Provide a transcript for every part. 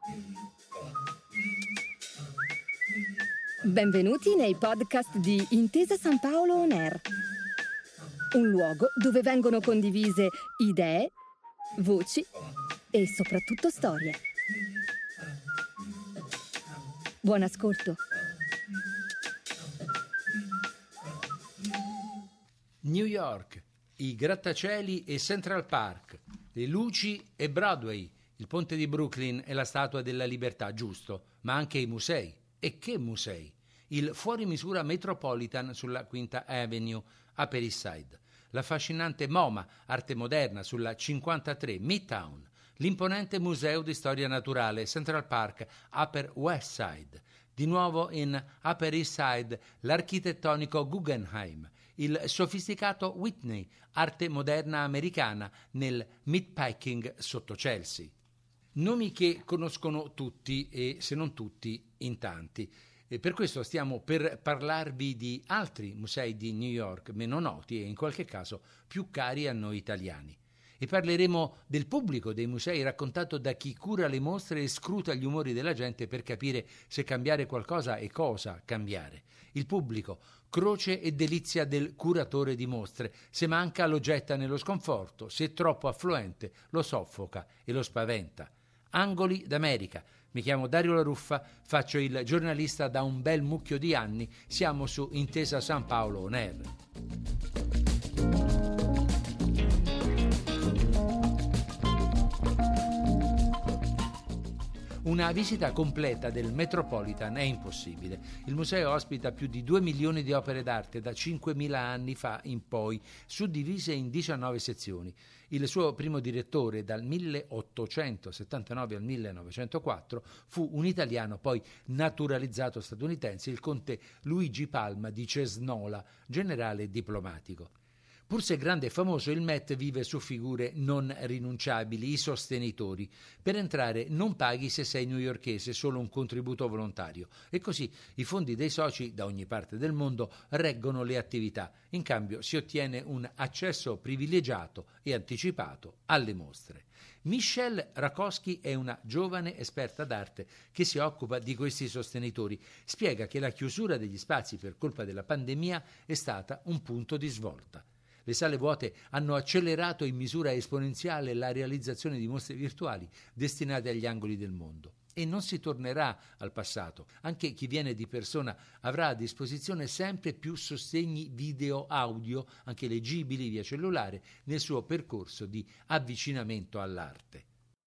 Benvenuti nei podcast di Intesa San Paolo On Air, un luogo dove vengono condivise idee, voci e soprattutto storie. Buon ascolto. New York, i grattacieli e Central Park, le luci e Broadway, il ponte di Brooklyn e la Statua della Libertà, giusto, ma anche i musei. E che musei? Il fuori misura Metropolitan sulla Quinta Avenue, Upper East Side, l'affascinante MoMA, arte moderna, sulla 53, Midtown, l'imponente Museo di Storia Naturale, Central Park, Upper West Side, di nuovo in Upper East Side, l'architettonico Guggenheim, il sofisticato Whitney, arte moderna americana, nel Meatpacking sotto Chelsea. Nomi che conoscono tutti e, se non tutti, in tanti. E per questo stiamo per parlarvi di altri musei di New York meno noti e in qualche caso più cari a noi italiani. E parleremo del pubblico dei musei raccontato da chi cura le mostre e scruta gli umori della gente per capire se cambiare qualcosa e cosa cambiare. Il pubblico, croce e delizia del curatore di mostre, se manca lo getta nello sconforto, se è troppo affluente lo soffoca e lo spaventa. Angoli d'America. Mi chiamo Dario La Ruffa, faccio il giornalista da un bel mucchio di anni, siamo su Intesa San Paolo On Air. Una visita completa del Metropolitan è impossibile. Il museo ospita più di 2 milioni di opere d'arte da 5.000 anni fa in poi, suddivise in 19 sezioni. Il suo primo direttore, dal 1879 al 1904, fu un italiano poi naturalizzato statunitense, il conte Luigi Palma di Cesnola, generale diplomatico. Pur se grande e famoso, il Met vive su figure non rinunciabili, i sostenitori. Per entrare non paghi se sei newyorkese, solo un contributo volontario. E così i fondi dei soci da ogni parte del mondo reggono le attività. In cambio si ottiene un accesso privilegiato e anticipato alle mostre. Michelle Rakowski è una giovane esperta d'arte che si occupa di questi sostenitori. Spiega che la chiusura degli spazi per colpa della pandemia è stata un punto di svolta. Le sale vuote hanno accelerato in misura esponenziale la realizzazione di mostre virtuali destinate agli angoli del mondo. E non si tornerà al passato. Anche chi viene di persona avrà a disposizione sempre più sostegni video-audio, anche leggibili via cellulare, nel suo percorso di avvicinamento all'arte.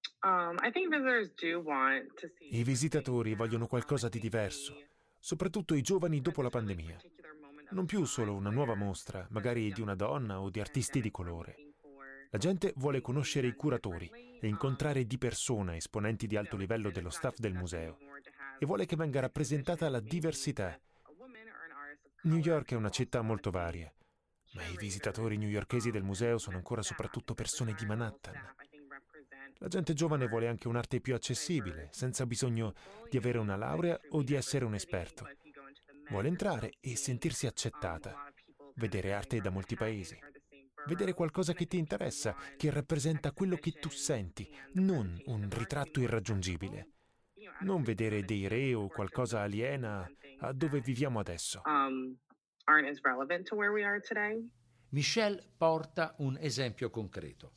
I visitatori vogliono qualcosa di diverso, soprattutto i giovani dopo la pandemia. Non più solo una nuova mostra, magari di una donna o di artisti di colore. La gente vuole conoscere i curatori e incontrare di persona esponenti di alto livello dello staff del museo e vuole che venga rappresentata la diversità. New York è una città molto varia, ma i visitatori newyorkesi del museo sono ancora soprattutto persone di Manhattan. La gente giovane vuole anche un'arte più accessibile, senza bisogno di avere una laurea o di essere un esperto. Vuole entrare e sentirsi accettata, vedere arte da molti paesi, vedere qualcosa che ti interessa, che rappresenta quello che tu senti, non un ritratto irraggiungibile. Non vedere dei re o qualcosa aliena a dove viviamo adesso. Michelle porta un esempio concreto.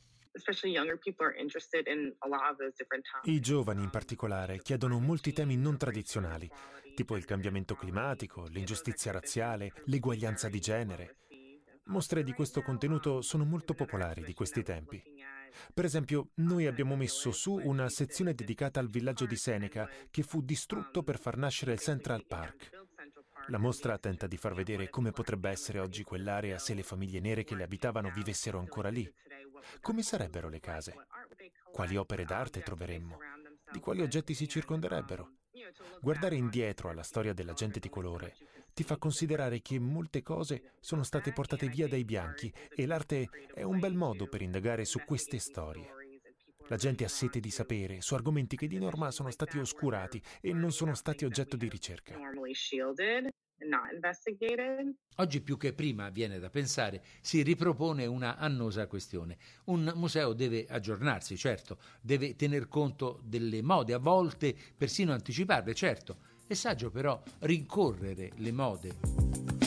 I giovani in particolare chiedono molti temi non tradizionali, tipo il cambiamento climatico, l'ingiustizia razziale, l'eguaglianza di genere. Mostre di questo contenuto sono molto popolari di questi tempi. Per esempio, noi abbiamo messo su una sezione dedicata al villaggio di Seneca che fu distrutto per far nascere il Central Park. La mostra tenta di far vedere come potrebbe essere oggi quell'area se le famiglie nere che le abitavano vivessero ancora lì. Come sarebbero le case? Quali opere d'arte troveremmo? Di quali oggetti si circonderebbero? Guardare indietro alla storia della gente di colore ti fa considerare che molte cose sono state portate via dai bianchi e l'arte è un bel modo per indagare su queste storie. La gente ha sete di sapere su argomenti che di norma sono stati oscurati e non sono stati oggetto di ricerca. Oggi più che prima, viene da pensare, si ripropone una annosa questione. Un museo deve aggiornarsi, certo, deve tener conto delle mode, a volte persino anticiparle, certo. È saggio però rincorrere le mode.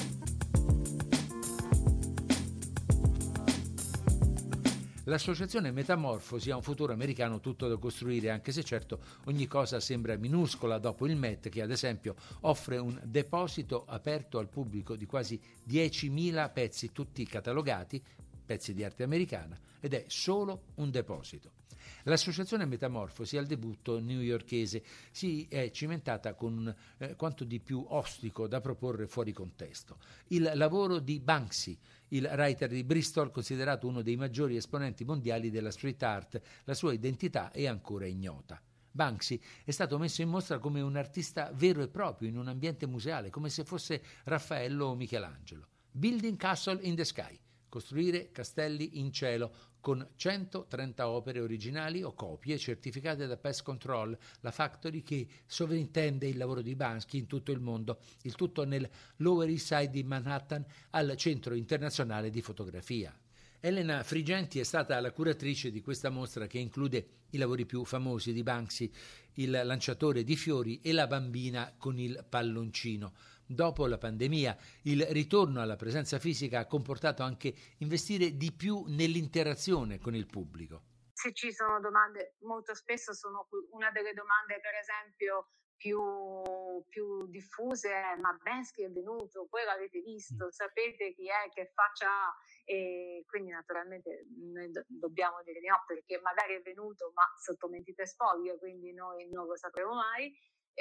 L'associazione Metamorfosi ha un futuro americano tutto da costruire, anche se certo ogni cosa sembra minuscola dopo il Met, che ad esempio offre un deposito aperto al pubblico di quasi 10.000 pezzi, tutti catalogati, pezzi di arte americana, ed è solo un deposito. L'associazione Metamorfosi al debutto newyorkese si è cimentata con quanto di più ostico da proporre fuori contesto. Il lavoro di Banksy, il writer di Bristol, considerato uno dei maggiori esponenti mondiali della street art, la sua identità è ancora ignota. Banksy è stato messo in mostra come un artista vero e proprio in un ambiente museale, come se fosse Raffaello o Michelangelo. Building Castle in the Sky, costruire castelli in cielo, con 130 opere originali o copie certificate da Pest Control, la factory che sovrintende il lavoro di Banksy in tutto il mondo, il tutto nel Lower East Side di Manhattan, al Centro Internazionale di Fotografia. Elena Frigenti è stata la curatrice di questa mostra, che include i lavori più famosi di Banksy, il lanciatore di fiori e la bambina con il palloncino. Dopo la pandemia, il ritorno alla presenza fisica ha comportato anche investire di più nell'interazione con il pubblico. Se ci sono domande, molto spesso sono una delle domande, per esempio, più diffuse è: ma Banksy è venuto, voi l'avete visto, sapete chi è, che faccia ha? E quindi naturalmente noi dobbiamo dire di no, perché magari è venuto ma sotto mentite spoglie, quindi noi non lo sapremo mai.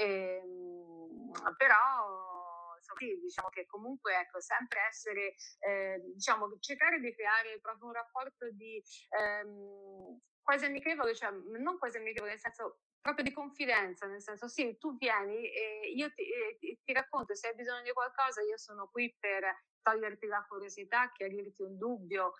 Però sì, diciamo che comunque sempre essere, cercare di creare proprio un rapporto di quasi amichevole, cioè non quasi amichevole, nel senso proprio di confidenza, nel senso sì, tu vieni e io ti racconto, se hai bisogno di qualcosa io sono qui per toglierti la curiosità, chiarirti un dubbio,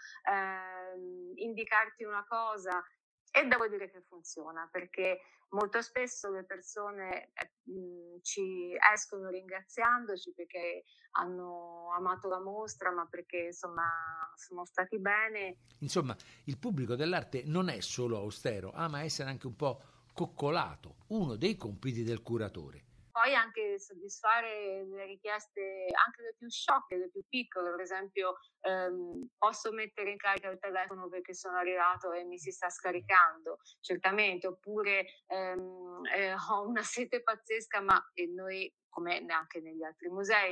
indicarti una cosa. E devo dire che funziona, perché molto spesso le persone ci escono ringraziandoci perché hanno amato la mostra, ma perché insomma sono stati bene. Insomma, il pubblico dell'arte non è solo austero, ama essere anche un po' coccolato, uno dei compiti del curatore. Poi anche soddisfare le richieste, anche le più sciocche, le più piccole, per esempio posso mettere in carica il telefono perché sono arrivato e mi si sta scaricando, certamente, oppure ho una sete pazzesca, ma noi, come anche negli altri musei,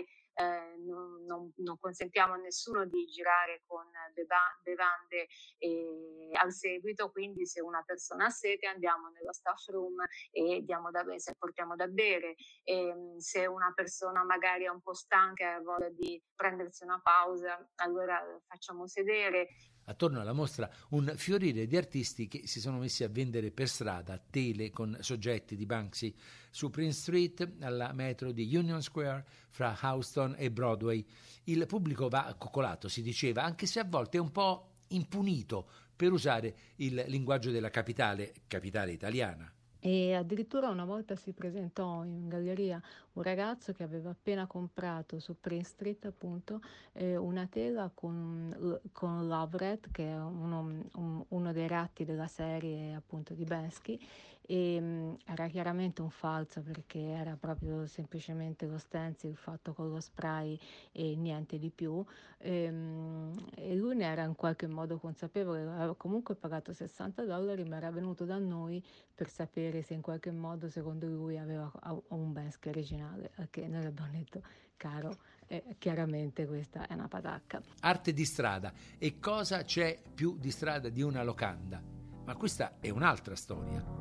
non consentiamo a nessuno di girare con bevande al seguito, quindi se una persona ha sete andiamo nello staff room e portiamo da bere, e se una persona magari è un po' stanca e ha voglia di prendersi una pausa, allora facciamo sedere. Attorno alla mostra un fiorire di artisti che si sono messi a vendere per strada tele con soggetti di Banksy su Prince Street, alla metro di Union Square, fra Houston e Broadway. Il pubblico va coccolato, si diceva, anche se a volte è un po' impunito, per usare il linguaggio della capitale italiana. E addirittura una volta si presentò in galleria un ragazzo che aveva appena comprato su Prince Street, appunto, una tela con Loveret, che è uno dei ratti della serie, appunto, di Banksy, e era chiaramente un falso, perché era proprio semplicemente lo stencil fatto con lo spray e niente di più, e lui ne era in qualche modo consapevole. Aveva comunque pagato $60, ma era venuto da noi per sapere se in qualche modo, secondo lui, aveva un Banksy originale, che noi abbiamo detto: caro, chiaramente questa è una patacca. Arte di strada. E cosa c'è più di strada di una locanda? Ma questa è un'altra storia.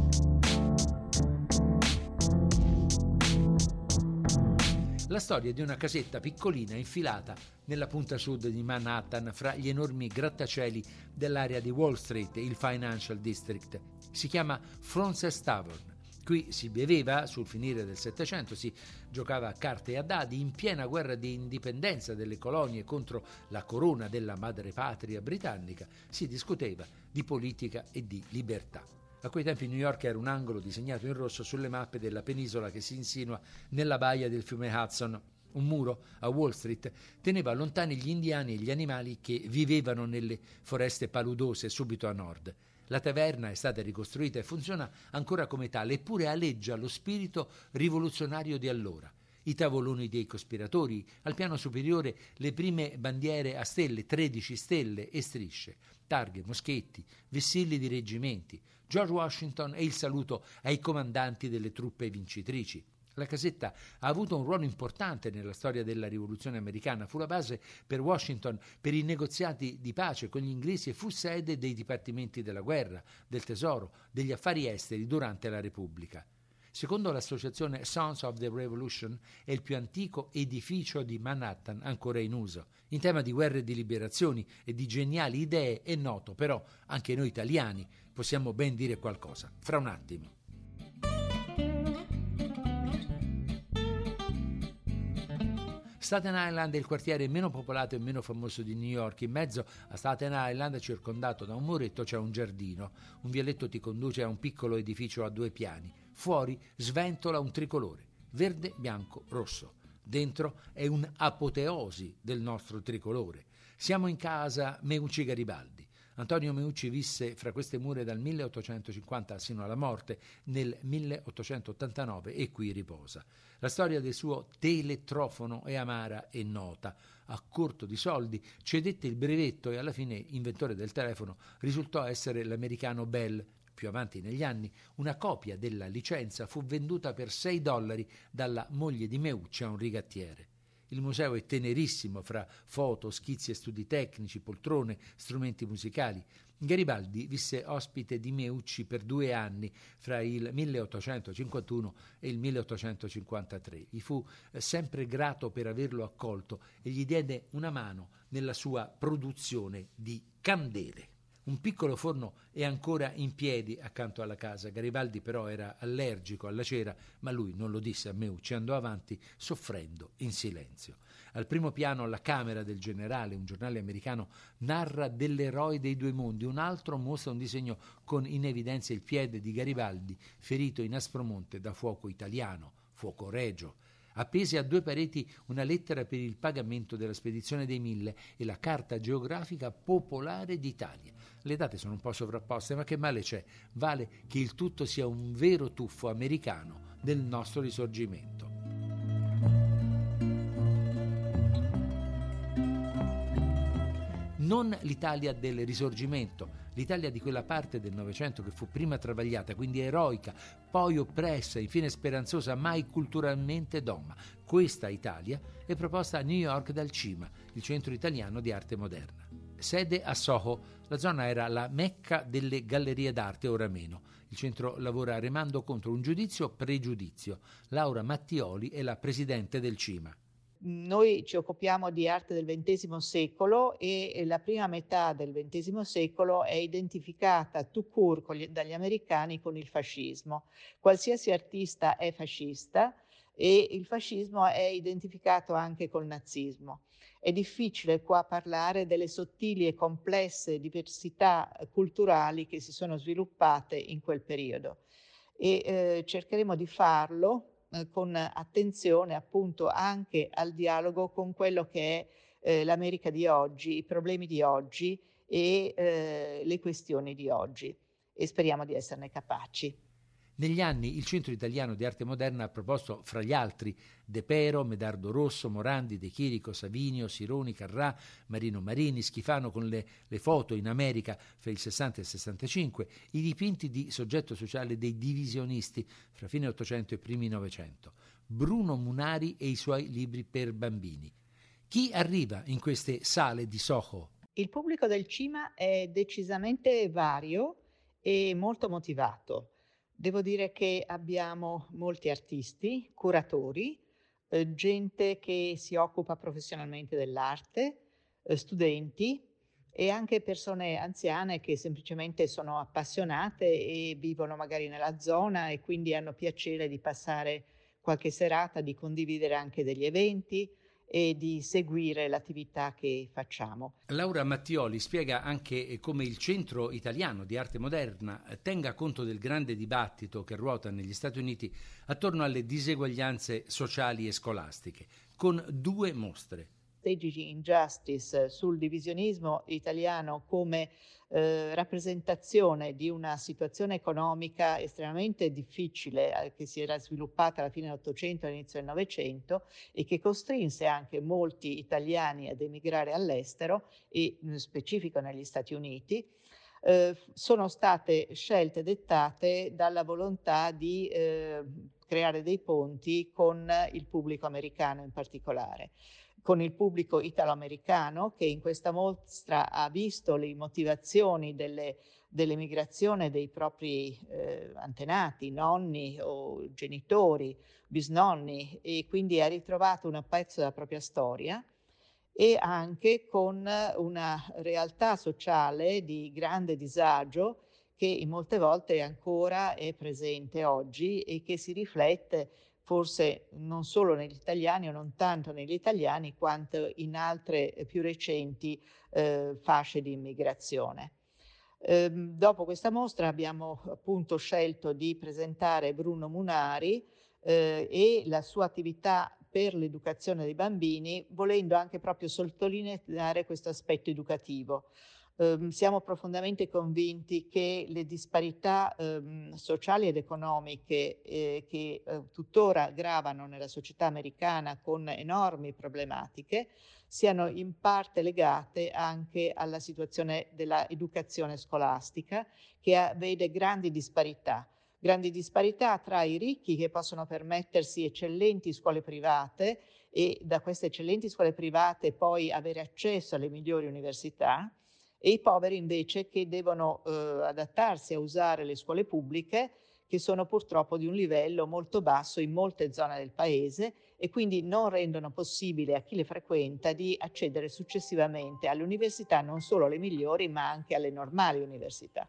La storia di una casetta piccolina infilata nella punta sud di Manhattan, fra gli enormi grattacieli dell'area di Wall Street, il Financial District. Si chiama Frances Tavern. Qui si beveva sul finire del Settecento, si giocava a carte e a dadi in piena guerra di indipendenza delle colonie contro la corona della madrepatria britannica, si discuteva di politica e di libertà. A quei tempi New York era un angolo disegnato in rosso sulle mappe della penisola che si insinua nella baia del fiume Hudson. Un muro a Wall Street teneva lontani gli indiani e gli animali che vivevano nelle foreste paludose subito a nord. La taverna è stata ricostruita e funziona ancora come tale, eppure aleggia lo spirito rivoluzionario di allora. I tavoloni dei cospiratori, al piano superiore le prime bandiere a stelle, 13 stelle e strisce, targhe, moschetti, vessilli di reggimenti, George Washington e il saluto ai comandanti delle truppe vincitrici. La casetta ha avuto un ruolo importante nella storia della rivoluzione americana, fu la base per Washington per i negoziati di pace con gli inglesi e fu sede dei dipartimenti della guerra, del tesoro, degli affari esteri durante la Repubblica. Secondo l'associazione Sons of the Revolution è il più antico edificio di Manhattan ancora in uso. In tema di guerre di liberazioni e di geniali idee è noto, però anche noi italiani possiamo ben dire qualcosa. Fra un attimo. Staten Island è il quartiere meno popolato e meno famoso di New York. In mezzo a Staten Island, circondato da un muretto, c'è un giardino. Un vialetto ti conduce a un piccolo edificio a 2 piani. Fuori sventola un tricolore, verde, bianco, rosso. Dentro è un'apoteosi del nostro tricolore. Siamo in casa Meucci Garibaldi. Antonio Meucci visse fra queste mura dal 1850 sino alla morte nel 1889 e qui riposa. La storia del suo telettrofono è amara e nota. A corto di soldi cedette il brevetto e alla fine inventore del telefono risultò essere l'americano Bell. Più avanti negli anni una copia della licenza fu venduta per $6 dalla moglie di Meucci a un rigattiere. Il museo è tenerissimo fra foto, schizzi e studi tecnici, poltrone, strumenti musicali. Garibaldi visse ospite di Meucci per 2 anni, fra il 1851 e il 1853. Gli fu sempre grato per averlo accolto e gli diede una mano nella sua produzione di candele. Un piccolo forno è ancora in piedi accanto alla casa. Garibaldi però era allergico alla cera, ma lui non lo disse a Meucci, andò avanti soffrendo in silenzio. Al primo piano la Camera del Generale, un giornale americano, narra dell'eroe dei 2 mondi, un altro mostra un disegno con in evidenza il piede di Garibaldi ferito in Aspromonte da fuoco italiano, fuoco regio. Appese a 2 pareti una lettera per il pagamento della spedizione dei 1000 e la carta geografica popolare d'Italia. Le date sono un po' sovrapposte, ma che male c'è? Vale che il tutto sia un vero tuffo americano del nostro risorgimento. Non l'Italia del Risorgimento, l'Italia di quella parte del Novecento che fu prima travagliata, quindi eroica, poi oppressa, infine speranzosa, mai culturalmente doma. Questa Italia è proposta a New York dal CIMA, il Centro Italiano di Arte Moderna. Sede a Soho, la zona era la mecca delle gallerie d'arte, ora meno. Il centro lavora remando contro un giudizio-pregiudizio. Laura Mattioli è la presidente del CIMA. Noi ci occupiamo di arte del XX secolo e la prima metà del XX secolo è identificata tout court dagli americani con il fascismo. Qualsiasi artista è fascista e il fascismo è identificato anche col nazismo. È difficile qua parlare delle sottili e complesse diversità culturali che si sono sviluppate in quel periodo e cercheremo di farlo con attenzione appunto anche al dialogo con quello che è l'America di oggi, i problemi di oggi e le questioni di oggi e speriamo di esserne capaci. Negli anni il Centro Italiano di Arte Moderna ha proposto, fra gli altri, De Pero, Medardo Rosso, Morandi, De Chirico, Savinio, Sironi, Carrà, Marino Marini, Schifano con le foto in America fra il 60 e il 65, i dipinti di soggetto sociale dei divisionisti fra fine 800 e primi 900, Bruno Munari e i suoi libri per bambini. Chi arriva in queste sale di Soho? Il pubblico del CIMA è decisamente vario e molto motivato. Devo dire che abbiamo molti artisti, curatori, gente che si occupa professionalmente dell'arte, studenti e anche persone anziane che semplicemente sono appassionate e vivono magari nella zona e quindi hanno piacere di passare qualche serata, di condividere anche degli eventi e di seguire l'attività che facciamo. Laura Mattioli spiega anche come il Centro Italiano di Arte Moderna tenga conto del grande dibattito che ruota negli Stati Uniti attorno alle diseguaglianze sociali e scolastiche, con 2 mostre. Staging Injustice sul divisionismo italiano come rappresentazione di una situazione economica estremamente difficile che si era sviluppata alla fine dell'Ottocento e all'inizio del Novecento e che costrinse anche molti italiani ad emigrare all'estero e in specifico negli Stati Uniti. Sono state scelte dettate dalla volontà di creare dei ponti con il pubblico americano in particolare, con il pubblico italo-americano che in questa mostra ha visto le motivazioni dell'emigrazione dei propri antenati, nonni o genitori, bisnonni, e quindi ha ritrovato un pezzo della propria storia, e anche con una realtà sociale di grande disagio che in molte volte ancora è presente oggi e che si riflette forse non solo negli italiani o non tanto negli italiani quanto in altre più recenti fasce di immigrazione. Dopo questa mostra abbiamo appunto scelto di presentare Bruno Munari e la sua attività per l'educazione dei bambini, volendo anche proprio sottolineare questo aspetto educativo. Siamo profondamente convinti che le disparità sociali ed economiche che tuttora gravano nella società americana con enormi problematiche siano in parte legate anche alla situazione dell'educazione scolastica che vede grandi disparità tra i ricchi che possono permettersi eccellenti scuole private e da queste eccellenti scuole private poi avere accesso alle migliori università, e i poveri invece che devono adattarsi a usare le scuole pubbliche che sono purtroppo di un livello molto basso in molte zone del paese e quindi non rendono possibile a chi le frequenta di accedere successivamente alle università, non solo alle migliori ma anche alle normali università.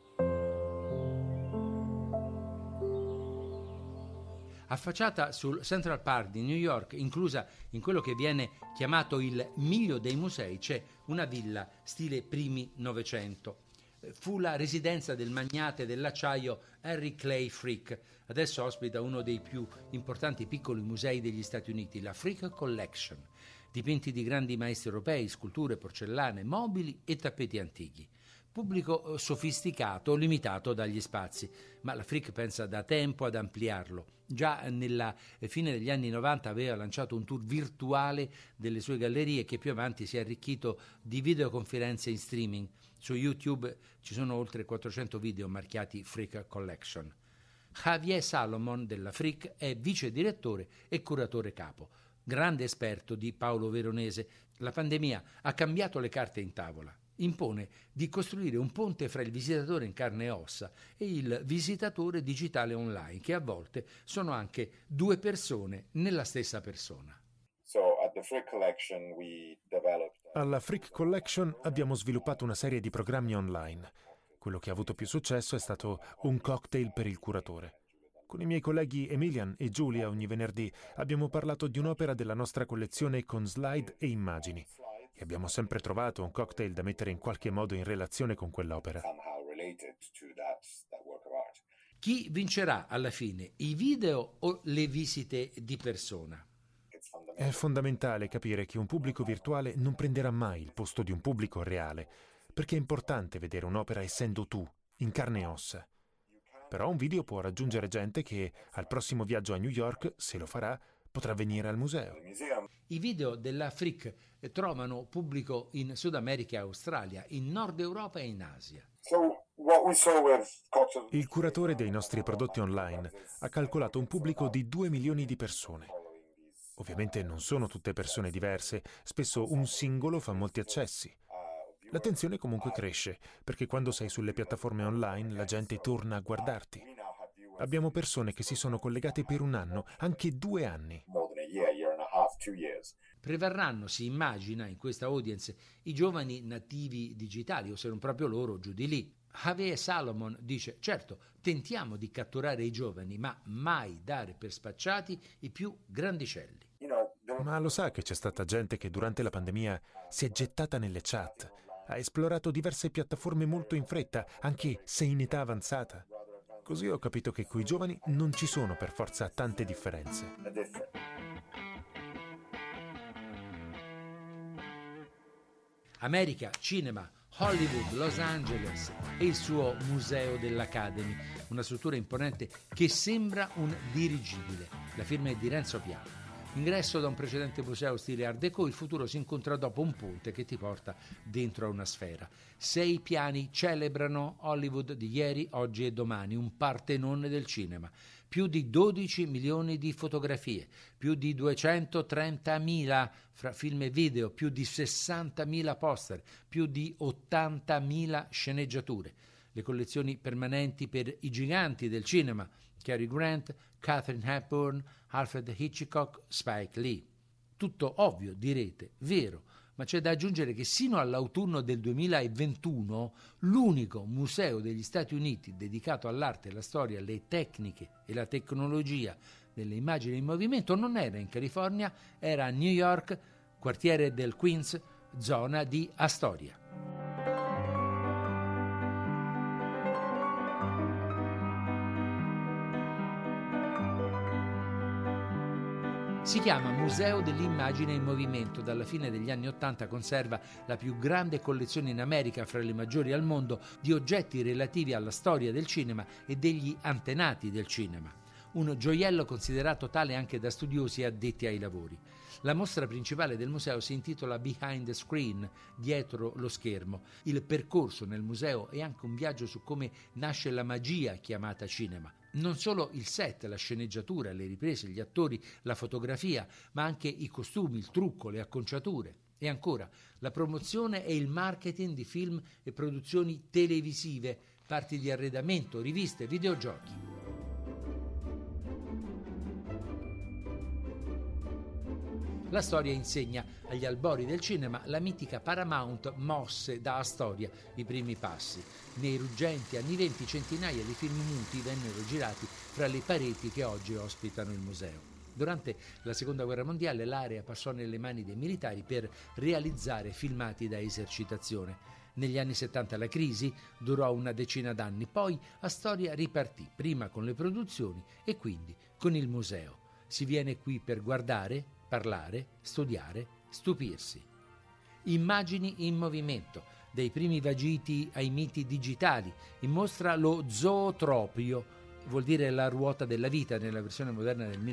Affacciata sul Central Park di New York, inclusa in quello che viene chiamato il Miglio dei musei, c'è una villa stile primi Novecento. Fu la residenza del magnate dell'acciaio Henry Clay Frick. Adesso ospita uno dei più importanti piccoli musei degli Stati Uniti, la Frick Collection. Dipinti di grandi maestri europei, sculture, porcellane, mobili e tappeti antichi. Pubblico sofisticato, limitato dagli spazi, ma la Frick pensa da tempo ad ampliarlo. Già nella fine degli anni 90 aveva lanciato un tour virtuale delle sue gallerie che più avanti si è arricchito di videoconferenze in streaming. Su YouTube ci sono oltre 400 video marchiati Frick Collection. Javier Salomon della Frick è vice direttore e curatore capo, grande esperto di Paolo Veronese. La pandemia ha cambiato le carte in tavola. Impone di costruire un ponte fra il visitatore in carne e ossa e il visitatore digitale online, che a volte sono anche 2 persone nella stessa persona. Alla Frick Collection abbiamo sviluppato una serie di programmi online. Quello che ha avuto più successo è stato un cocktail per il curatore. Con i miei colleghi Emilian e Giulia ogni venerdì abbiamo parlato di un'opera della nostra collezione con slide e immagini. E abbiamo sempre trovato un cocktail da mettere in qualche modo in relazione con quell'opera. Chi vincerà alla fine, i video o le visite di persona? È fondamentale capire che un pubblico virtuale non prenderà mai il posto di un pubblico reale, perché è importante vedere un'opera essendo tu, in carne e ossa. Però un video può raggiungere gente che al prossimo viaggio a New York, se lo farà, potrà venire al museo. I video della Frick trovano pubblico in Sud America e Australia, in Nord Europa e in Asia. Il curatore dei nostri prodotti online ha calcolato un pubblico di 2 milioni di persone. Ovviamente non sono tutte persone diverse, spesso un singolo fa molti accessi. L'attenzione comunque cresce, perché quando sei sulle piattaforme online la gente torna a guardarti. Abbiamo persone che si sono collegate per 1 anno, anche 2 anni. Prevarranno, si immagina, in questa audience i giovani nativi digitali, o se non proprio loro, giù di lì. Javier Salomon dice: certo, tentiamo di catturare i giovani, ma mai dare per spacciati i più grandicelli. Ma lo sa che c'è stata gente che durante la pandemia si è gettata nelle chat, ha esplorato diverse piattaforme molto in fretta, anche se in età avanzata. Così ho capito che coi giovani non ci sono per forza tante differenze. America, cinema, Hollywood, Los Angeles e il suo Museo dell'Academy, una struttura imponente che sembra un dirigibile. La firma è di Renzo Piano. Ingresso da un precedente museo stile Art Deco, il futuro si incontra dopo un ponte che ti porta dentro a una sfera. 6 piani celebrano Hollywood di ieri, oggi e domani, un Partenone del cinema. Più di 12 milioni di fotografie, più di 230.000 fra film e video, più di 60.000 poster, più di 80.000 sceneggiature. Le collezioni permanenti per i giganti del cinema, Cary Grant, Katharine Hepburn, Alfred Hitchcock, Spike Lee. Tutto ovvio, direte, vero, ma c'è da aggiungere che sino all'autunno del 2021 l'unico museo degli Stati Uniti dedicato all'arte, alla storia, alle tecniche e la tecnologia delle immagini in movimento non era in California, era a New York, quartiere del Queens, zona di Astoria. Si chiama Museo dell'immagine in movimento. Dalla fine degli anni '80 conserva la più grande collezione in America, fra le maggiori al mondo, di oggetti relativi alla storia del cinema e degli antenati del cinema. Un gioiello considerato tale anche da studiosi e addetti ai lavori. La mostra principale del museo si intitola Behind the Screen, dietro lo schermo. Il percorso nel museo è anche un viaggio su come nasce la magia chiamata cinema. Non solo il set, la sceneggiatura, le riprese, gli attori, la fotografia, ma anche i costumi, il trucco, le acconciature. E ancora, la promozione e il marketing di film e produzioni televisive, parti di arredamento, riviste, videogiochi. La storia insegna agli albori del cinema la mitica Paramount mosse da Astoria i primi passi. Nei ruggenti anni '20 centinaia di film muti vennero girati fra le pareti che oggi ospitano il museo. Durante la Seconda Guerra Mondiale l'area passò nelle mani dei militari per realizzare filmati da esercitazione. Negli anni '70 la crisi durò una decina d'anni, poi Astoria ripartì, prima con le produzioni e quindi con il museo. Si viene qui per guardare, parlare, studiare, stupirsi. Immagini in movimento, dai primi vagiti ai miti digitali, in mostra lo zootropio, vuol dire la ruota della vita nella versione moderna del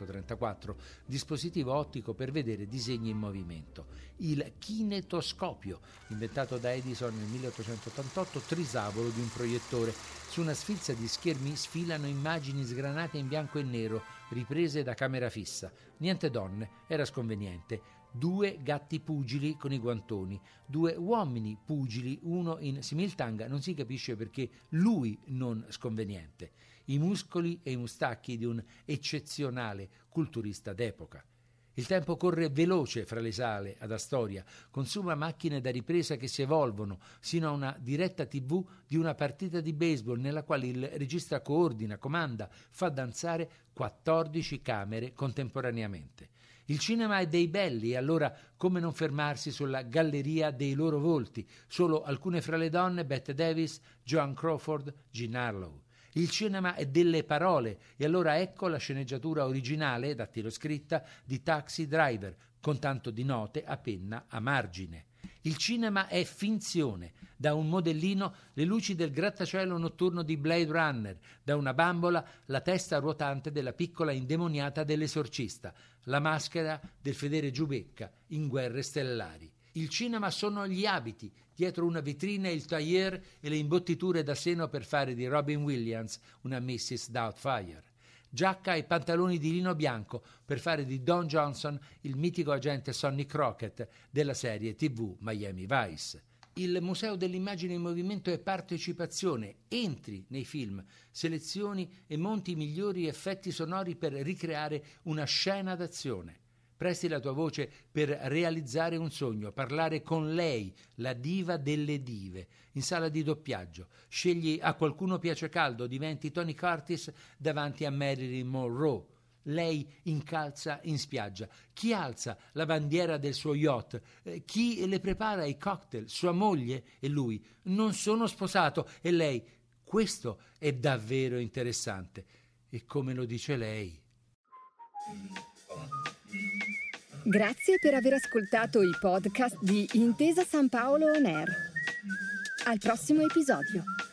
1834, dispositivo ottico per vedere disegni in movimento. Il kinetoscopio, inventato da Edison nel 1888, trisavolo di un proiettore. Su una sfilza di schermi sfilano immagini sgranate in bianco e nero, riprese da camera fissa. Niente donne, era sconveniente. 2 gatti pugili con i guantoni, 2 uomini pugili, uno in similtanga, non si capisce perché lui non sconveniente. I muscoli e i mustacchi di un eccezionale culturista d'epoca. Il tempo corre veloce fra le sale ad Astoria, consuma macchine da ripresa che si evolvono, sino a una diretta TV di una partita di baseball nella quale il regista coordina, comanda, fa danzare 14 camere contemporaneamente. Il cinema è dei belli, e allora come non fermarsi sulla galleria dei loro volti? Solo alcune fra le donne, Bette Davis, Joan Crawford, Jean Harlow. Il cinema è delle parole, e allora ecco la sceneggiatura originale, dattiloscritta, di Taxi Driver, con tanto di note a penna a margine. Il cinema è finzione, da un modellino le luci del grattacielo notturno di Blade Runner, da una bambola la testa ruotante della piccola indemoniata dell'esorcista, la maschera del fedele Giubecca in Guerre stellari. Il cinema sono gli abiti, dietro una vetrina il tailleur e le imbottiture da seno per fare di Robin Williams una Mrs. Doubtfire. Giacca e pantaloni di lino bianco per fare di Don Johnson il mitico agente Sonny Crockett della serie TV Miami Vice. Il Museo dell'immagine in movimento è partecipazione, entri nei film, selezioni e monti i migliori effetti sonori per ricreare una scena d'azione. Presti la tua voce per realizzare un sogno, parlare con lei, la diva delle dive, in sala di doppiaggio. Scegli A qualcuno piace caldo, diventi Tony Curtis davanti a Marilyn Monroe. lei incalza in spiaggia? Chi alza la bandiera del suo yacht? Chi le prepara i cocktail? Sua moglie e lui. Non sono sposato e lei. Questo è davvero interessante. E come lo dice lei. Grazie per aver ascoltato i podcast di Intesa San Paolo On Air. Al prossimo episodio.